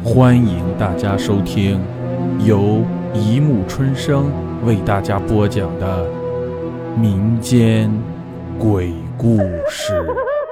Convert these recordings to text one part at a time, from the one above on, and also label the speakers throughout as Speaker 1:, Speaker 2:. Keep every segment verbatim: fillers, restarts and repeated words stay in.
Speaker 1: 欢迎大家收听由一木春生为大家播讲的民间鬼故事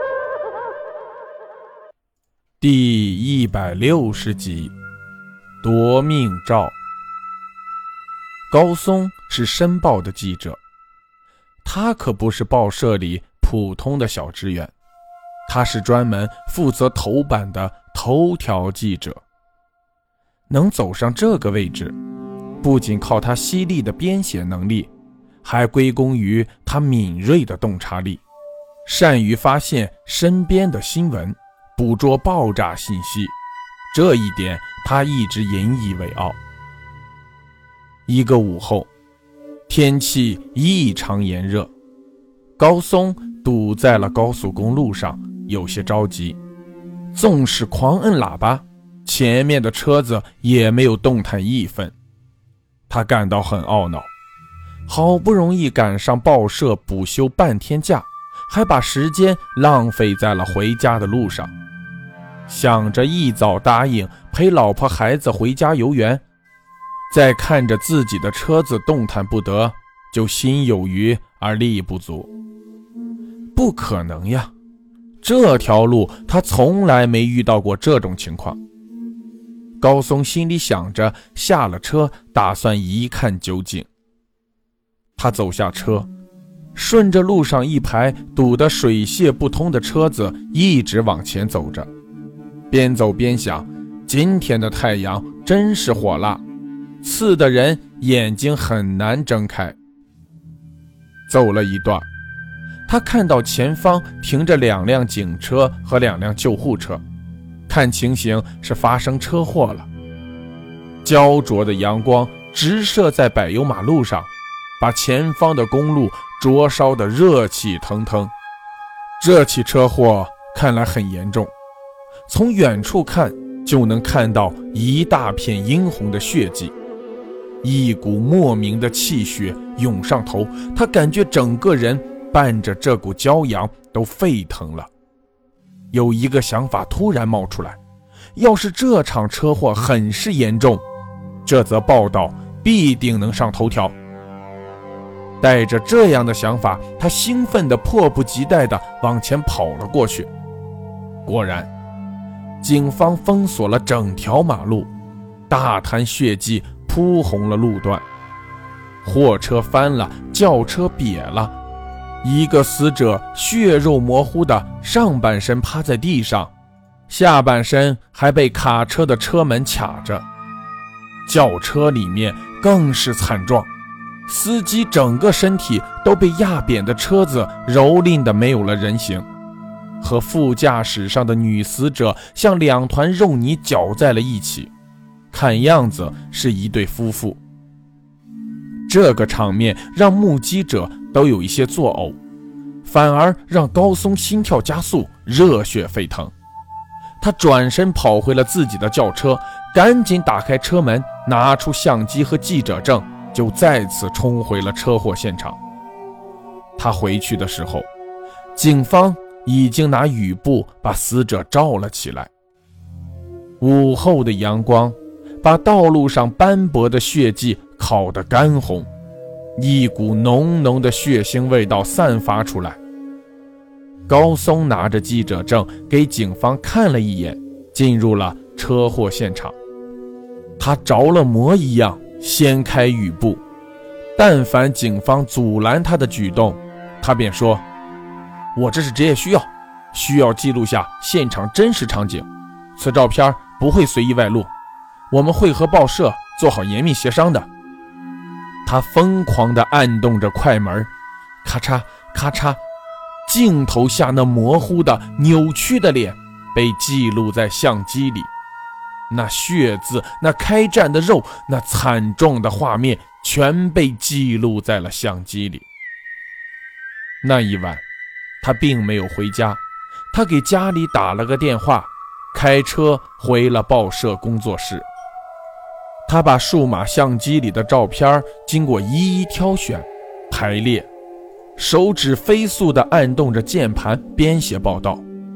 Speaker 1: 第一百六十集，夺命照。高松是申报的记者，他可不是报社里普通的小职员，他是专门负责头版的头条记者。能走上这个位置，不仅靠他犀利的编写能力，还归功于他敏锐的洞察力，善于发现身边的新闻，捕捉爆炸信息，这一点他一直引以为傲。一个午后，天气异常炎热，高松堵在了高速公路上，有些着急，纵使狂摁喇叭，前面的车子也没有动弹一分。他感到很懊恼，好不容易赶上报社补休半天假，还把时间浪费在了回家的路上。想着一早答应陪老婆孩子回家游园，再看着自己的车子动弹不得，就心有余而力不足。不可能呀，这条路他从来没遇到过这种情况。高松心里想着，下了车打算一看究竟。他走下车，顺着路上一排堵得水泄不通的车子一直往前走着，边走边想，今天的太阳真是火辣，刺得人眼睛很难睁开。走了一段，他看到前方停着两辆警车和两辆救护车，看情形是发生车祸了。焦灼的阳光直射在柏油马路上，把前方的公路灼烧得热气腾腾。这起车祸看来很严重，从远处看就能看到一大片殷红的血迹，一股莫名的气血涌上头，他感觉整个人伴着这股骄阳都沸腾了。有一个想法突然冒出来，要是这场车祸很是严重，这则报道必定能上头条。带着这样的想法，他兴奋地迫不及待地往前跑了过去。果然，警方封锁了整条马路，大滩血迹铺红了路段，货车翻了，轿车瘪了，一个死者血肉模糊的上半身趴在地上，下半身还被卡车的车门卡着。轿车里面更是惨状，司机整个身体都被压扁的车子蹂躏得没有了人形，和副驾驶上的女死者像两团肉泥搅在了一起，看样子是一对夫妇。这个场面让目击者都有一些作呕，反而让高松心跳加速，热血沸腾。他转身跑回了自己的轿车，赶紧打开车门，拿出相机和记者证，就再次冲回了车祸现场。他回去的时候，警方已经拿雨布把死者罩了起来。午后的阳光把道路上斑驳的血迹烤得干红，一股浓浓的血腥味道散发出来。高松拿着记者证给警方看了一眼，进入了车祸现场。他着了魔一样掀开雨布，但凡警方阻拦他的举动，他便说：我这是职业需要，需要记录下现场真实场景，此照片不会随意外露，我们会和报社做好严密协商的。他疯狂地按动着快门，咔嚓咔嚓，镜头下那模糊的扭曲的脸被记录在相机里，那血渍，那开战的肉，那惨状的画面全被记录在了相机里。那一晚他并没有回家，他给家里打了个电话，开车回了报社工作室。他把数码相机里的照片经过一一挑选排列，手指飞速地按动着键盘编写报道。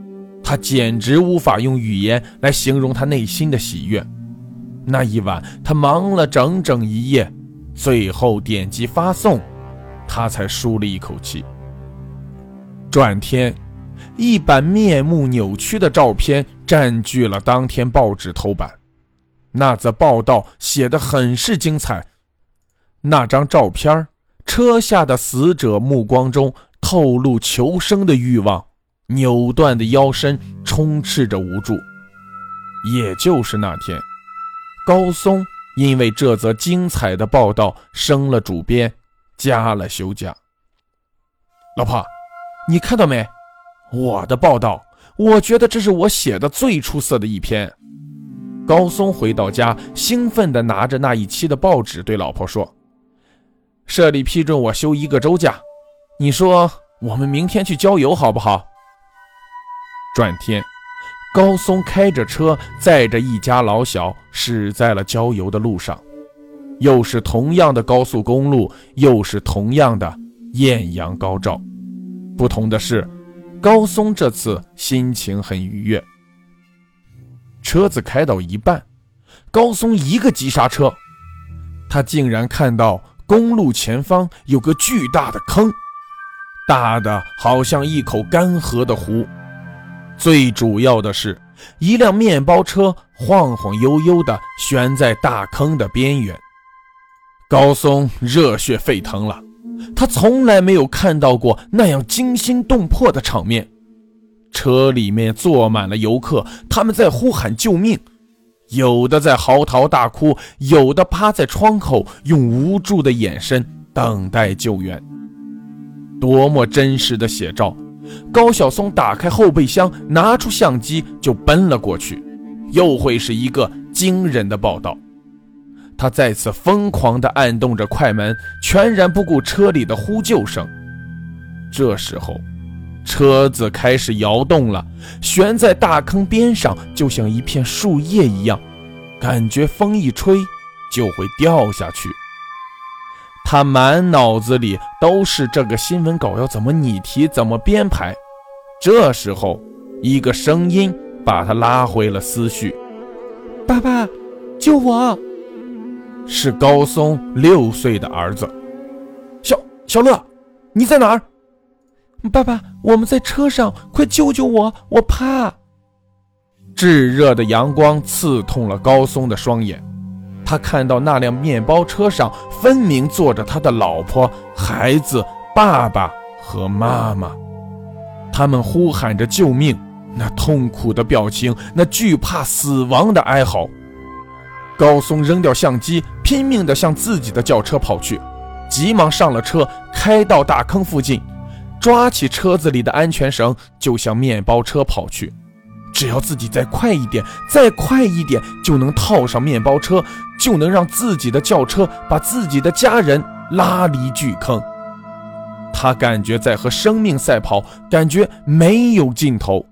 Speaker 1: 他简直无法用语言来形容他内心的喜悦。那一晚他忙了整整一夜，最后点击发送，他才舒了一口气。转天，一版面目扭曲的照片占据了当天报纸头版。那则报道写得很是精彩。那张照片，车下的死者目光中透露求生的欲望，扭断的腰身充斥着无助。也就是那天，高松因为这则精彩的报道升了主编，加了休假。老婆，你看到没？我的报道，我觉得这是我写的最出色的一篇。高松回到家，兴奋地拿着那一期的报纸对老婆说，社里批准我休一个周假，你说我们明天去郊游好不好？转天，高松开着车载着一家老小驶在了郊游的路上，又是同样的高速公路，又是同样的艳阳高照。不同的是，高松这次心情很愉悦。车子开到一半，高松一个急刹车，他竟然看到公路前方有个巨大的坑，大的好像一口干涸的湖。最主要的是，一辆面包车晃晃悠悠地悬在大坑的边缘。高松热血沸腾了，他从来没有看到过那样惊心动魄的场面。车里面坐满了游客，他们在呼喊救命，有的在嚎啕大哭，有的趴在窗口用无助的眼神等待救援。多么真实的写照！高晓松打开后备箱，拿出相机就奔了过去，又会是一个惊人的报道。他再次疯狂地按动着快门，全然不顾车里的呼救声。这时候车子开始摇动了，悬在大坑边上，就像一片树叶一样，感觉风一吹就会掉下去。他满脑子里都是这个新闻稿要怎么拟题，怎么编排。这时候一个声音把他拉回了思绪，爸爸，救我！是高松六岁的儿子。小小乐，你在哪儿？爸爸，我们在车上，快救救我，我怕。炙热的阳光刺痛了高松的双眼，他看到那辆面包车上分明坐着他的老婆、孩子、爸爸和妈妈，他们呼喊着救命，那痛苦的表情，那惧怕死亡的哀嚎。高松扔掉相机，拼命地向自己的轿车跑去，急忙上了车，开到大坑附近，抓起车子里的安全绳就向面包车跑去。只要自己再快一点，再快一点，就能套上面包车，就能让自己的轿车把自己的家人拉离巨坑。他感觉在和生命赛跑，感觉没有尽头。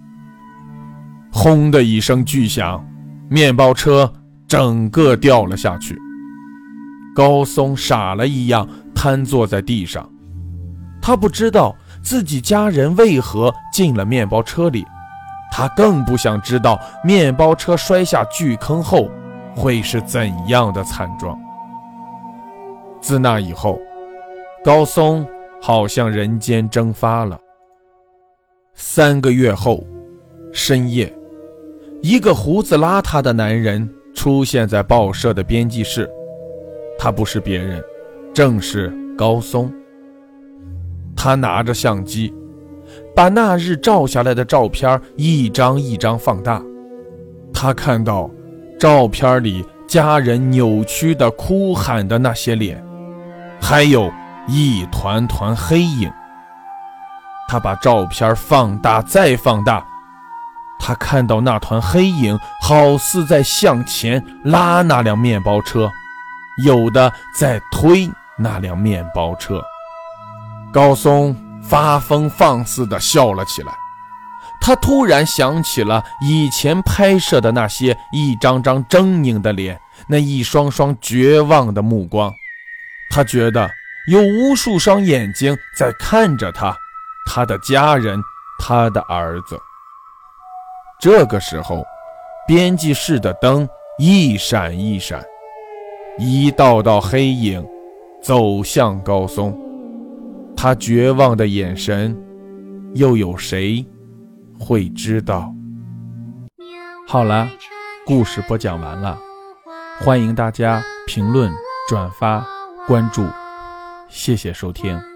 Speaker 1: 轰的一声巨响，面包车整个掉了下去。高松傻了一样瘫坐在地上，他不知道自己家人为何进了面包车里，他更不想知道面包车摔下巨坑后会是怎样的惨状。自那以后，高松好像人间蒸发了。三个月后，深夜，一个胡子邋遢的男人出现在报社的编辑室，他不是别人，正是高松。他拿着相机，把那日照下来的照片一张一张放大。他看到照片里家人扭曲的哭喊的那些脸，还有一团团黑影。他把照片放大再放大，他看到那团黑影好似在向前拉那辆面包车，有的在推那辆面包车。高松发疯放肆地笑了起来，他突然想起了以前拍摄的那些一张张狰狞的脸，那一双双绝望的目光。他觉得有无数双眼睛在看着他，他的家人，他的儿子。 这个时候，编辑室的灯一闪一闪，一道道黑影走向高松。他绝望的眼神，又有谁会知道？好了，故事播讲完了，欢迎大家评论、转发、关注，谢谢收听。